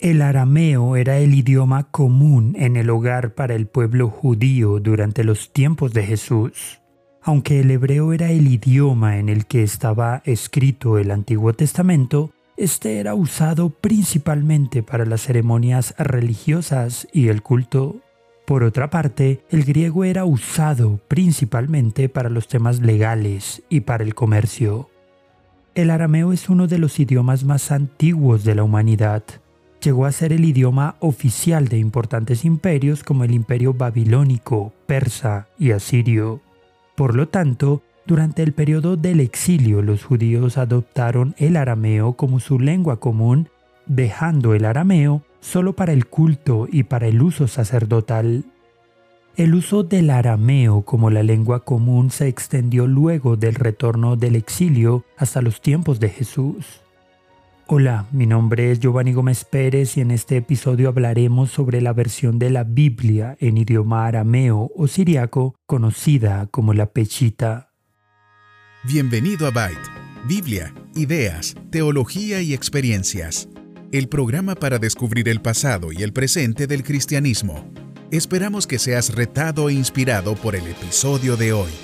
El arameo era el idioma común en el hogar para el pueblo judío durante los tiempos de Jesús. Aunque el hebreo era el idioma en el que estaba escrito el Antiguo Testamento, este era usado principalmente para las ceremonias religiosas y el culto. Por otra parte, el griego era usado principalmente para los temas legales y para el comercio. El arameo es uno de los idiomas más antiguos de la humanidad. Llegó a ser el idioma oficial de importantes imperios como el Imperio Babilónico, Persa y Asirio. Por lo tanto, durante el periodo del exilio, los judíos adoptaron el arameo como su lengua común, dejando el arameo solo para el culto y para el uso sacerdotal. El uso del arameo como la lengua común se extendió luego del retorno del exilio hasta los tiempos de Jesús. Hola, mi nombre es Giovanni Gómez Pérez y en este episodio hablaremos sobre la versión de la Biblia en idioma arameo o siriaco conocida como la Peshita. Bienvenido a Byte, Biblia, ideas, teología y experiencias. El programa para descubrir el pasado y el presente del cristianismo. Esperamos que seas retado e inspirado por el episodio de hoy.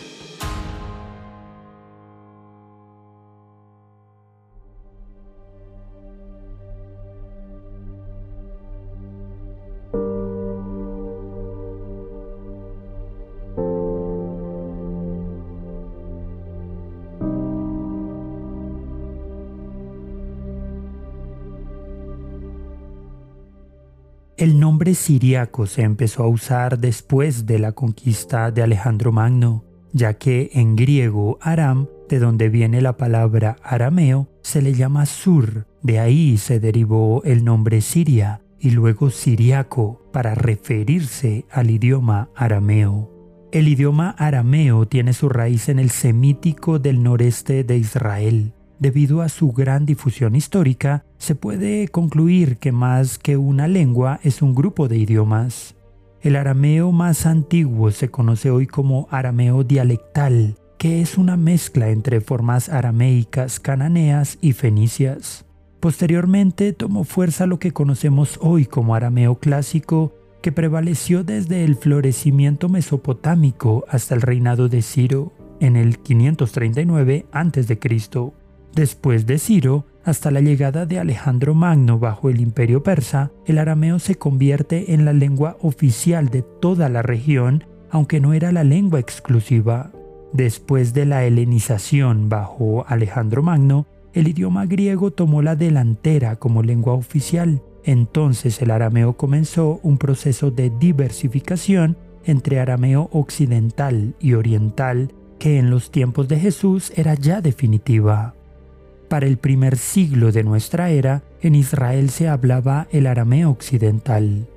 El nombre siriaco se empezó a usar después de la conquista de Alejandro Magno, ya que en griego Aram, de donde viene la palabra arameo, se le llama Sur, de ahí se derivó el nombre Siria y luego siriaco para referirse al idioma arameo. El idioma arameo tiene su raíz en el semítico del noreste de Israel. Debido a su gran difusión histórica, se puede concluir que más que una lengua es un grupo de idiomas. El arameo más antiguo se conoce hoy como arameo dialectal, que es una mezcla entre formas arameicas, cananeas y fenicias. Posteriormente tomó fuerza lo que conocemos hoy como arameo clásico, que prevaleció desde el florecimiento mesopotámico hasta el reinado de Ciro, en el 539 a.C. Después de Ciro, hasta la llegada de Alejandro Magno bajo el Imperio Persa, el arameo se convierte en la lengua oficial de toda la región, aunque no era la lengua exclusiva. Después de la helenización bajo Alejandro Magno, el idioma griego tomó la delantera como lengua oficial. Entonces el arameo comenzó un proceso de diversificación entre arameo occidental y oriental, que en los tiempos de Jesús era ya definitiva. Para el primer siglo de nuestra era, en Israel se hablaba el arameo occidental.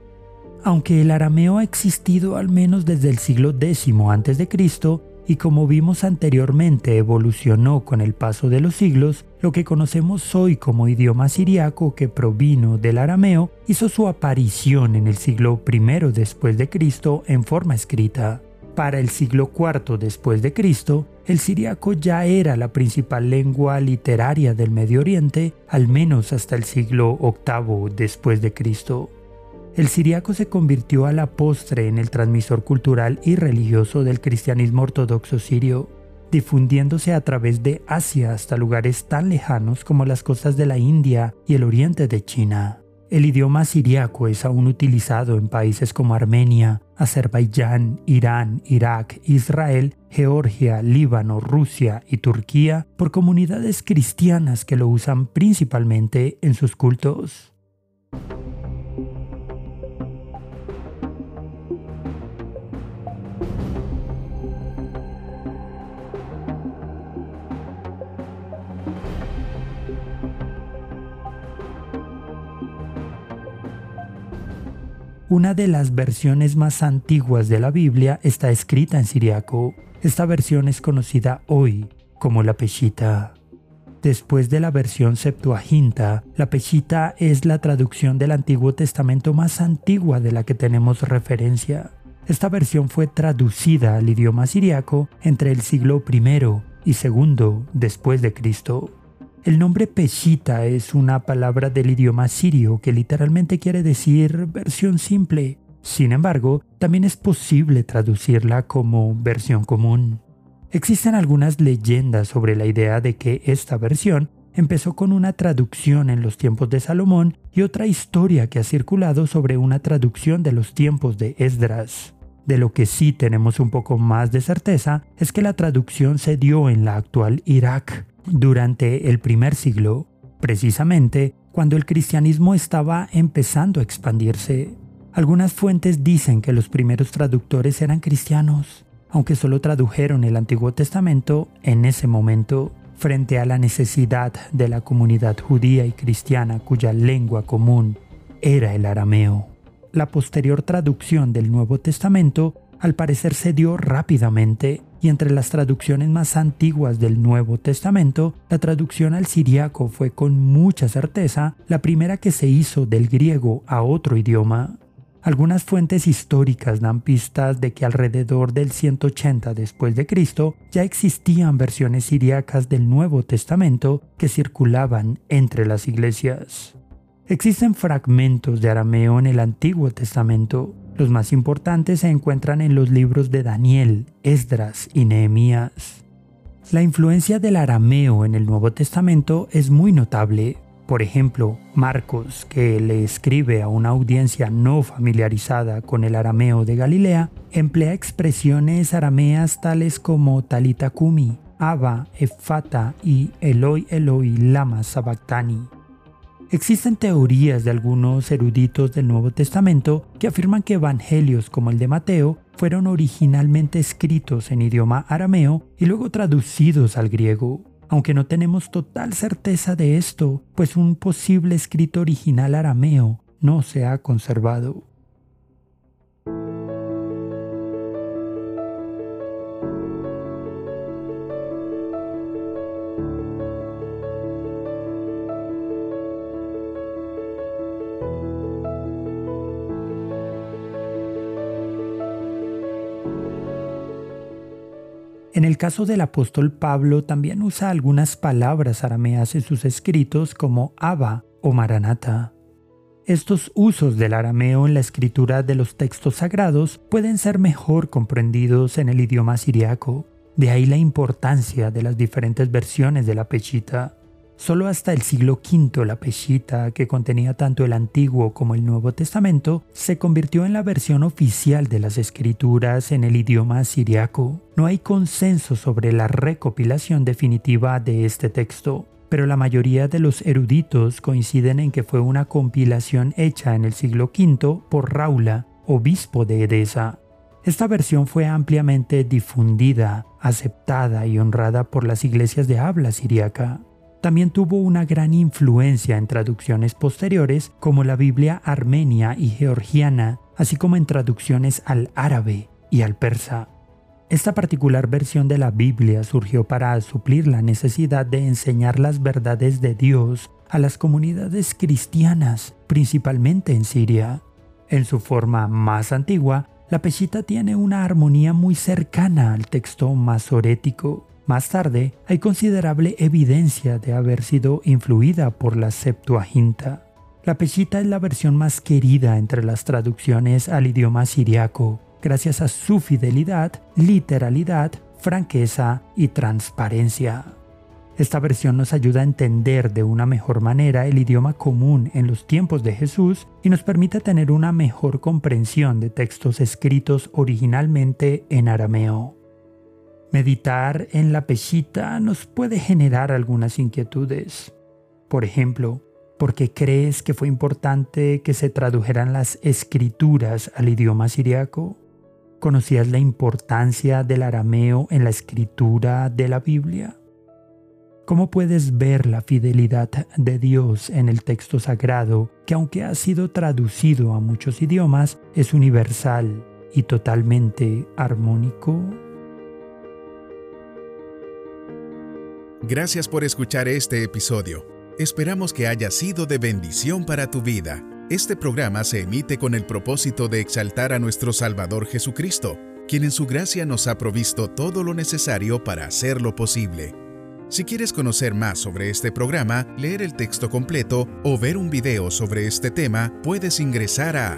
Aunque el arameo ha existido al menos desde el siglo X a.C., y como vimos anteriormente evolucionó con el paso de los siglos, lo que conocemos hoy como idioma siriaco que provino del arameo hizo su aparición en el siglo I después de Cristo en forma escrita. Para el siglo IV después de Cristo, el siriaco ya era la principal lengua literaria del Medio Oriente, al menos hasta el siglo VIII después de Cristo. El siriaco se convirtió a la postre en el transmisor cultural y religioso del cristianismo ortodoxo sirio, difundiéndose a través de Asia hasta lugares tan lejanos como las costas de la India y el oriente de China. El idioma siriaco es aún utilizado en países como Armenia, Azerbaiyán, Irán, Irak, Israel, Georgia, Líbano, Rusia y Turquía por comunidades cristianas que lo usan principalmente en sus cultos. Una de las versiones más antiguas de la Biblia está escrita en siriaco. Esta versión es conocida hoy como la Peshita. Después de la versión Septuaginta, la Peshita es la traducción del Antiguo Testamento más antigua de la que tenemos referencia. Esta versión fue traducida al idioma siriaco entre el siglo I y II después de Cristo. El nombre Peshita es una palabra del idioma sirio que literalmente quiere decir versión simple. Sin embargo, también es posible traducirla como versión común. Existen algunas leyendas sobre la idea de que esta versión empezó con una traducción en los tiempos de Salomón y otra historia que ha circulado sobre una traducción de los tiempos de Esdras. De lo que sí tenemos un poco más de certeza es que la traducción se dio en la actual Irak durante el primer siglo, precisamente cuando el cristianismo estaba empezando a expandirse. Algunas fuentes dicen que los primeros traductores eran cristianos, aunque solo tradujeron el Antiguo Testamento en ese momento, frente a la necesidad de la comunidad judía y cristiana cuya lengua común era el arameo. La posterior traducción del Nuevo Testamento al parecer se dio rápidamente, y entre las traducciones más antiguas del Nuevo Testamento, la traducción al siríaco fue con mucha certeza la primera que se hizo del griego a otro idioma. Algunas fuentes históricas dan pistas de que alrededor del 180 después de Cristo ya existían versiones siríacas del Nuevo Testamento que circulaban entre las iglesias. Existen fragmentos de arameo en el Antiguo Testamento. Los más importantes se encuentran en los libros de Daniel, Esdras y Nehemías. La influencia del arameo en el Nuevo Testamento es muy notable. Por ejemplo, Marcos, que le escribe a una audiencia no familiarizada con el arameo de Galilea, emplea expresiones arameas tales como Talita Kumi, Abba, Efata y Eloi Eloi lama sabactani. Existen teorías de algunos eruditos del Nuevo Testamento que afirman que evangelios como el de Mateo fueron originalmente escritos en idioma arameo y luego traducidos al griego, aunque no tenemos total certeza de esto, pues un posible escrito original arameo no se ha conservado. En el caso del apóstol Pablo también usa algunas palabras arameas en sus escritos como Abba o Maranatha. Estos usos del arameo en la escritura de los textos sagrados pueden ser mejor comprendidos en el idioma siriaco. De ahí la importancia de las diferentes versiones de la Peshita. Solo hasta el siglo V la Peshita, que contenía tanto el Antiguo como el Nuevo Testamento, se convirtió en la versión oficial de las escrituras en el idioma siriaco. No hay consenso sobre la recopilación definitiva de este texto, pero la mayoría de los eruditos coinciden en que fue una compilación hecha en el siglo V por Raula, obispo de Edesa. Esta versión fue ampliamente difundida, aceptada y honrada por las iglesias de habla siríaca. También tuvo una gran influencia en traducciones posteriores como la Biblia armenia y georgiana, así como en traducciones al árabe y al persa. Esta particular versión de la Biblia surgió para suplir la necesidad de enseñar las verdades de Dios a las comunidades cristianas, principalmente en Siria. En su forma más antigua, la Peshita tiene una armonía muy cercana al texto masorético. Más tarde, hay considerable evidencia de haber sido influida por la Septuaginta. La Peshita es la versión más querida entre las traducciones al idioma siriaco, gracias a su fidelidad, literalidad, franqueza y transparencia. Esta versión nos ayuda a entender de una mejor manera el idioma común en los tiempos de Jesús y nos permite tener una mejor comprensión de textos escritos originalmente en arameo. Meditar en la Peshita nos puede generar algunas inquietudes. Por ejemplo, ¿por qué crees que fue importante que se tradujeran las escrituras al idioma siriaco? ¿Conocías la importancia del arameo en la escritura de la Biblia? ¿Cómo puedes ver la fidelidad de Dios en el texto sagrado que, aunque ha sido traducido a muchos idiomas, es universal y totalmente armónico? Gracias por escuchar este episodio. Esperamos que haya sido de bendición para tu vida. Este programa se emite con el propósito de exaltar a nuestro Salvador Jesucristo, quien en su gracia nos ha provisto todo lo necesario para hacerlo posible. Si quieres conocer más sobre este programa, leer el texto completo o ver un video sobre este tema, puedes ingresar a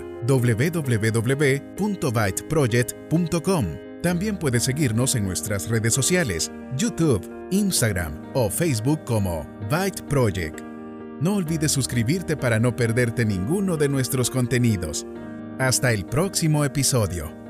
www.byteproject.com. También puedes seguirnos en nuestras redes sociales, YouTube, Instagram o Facebook como Byte Project. No olvides suscribirte para no perderte ninguno de nuestros contenidos. Hasta el próximo episodio.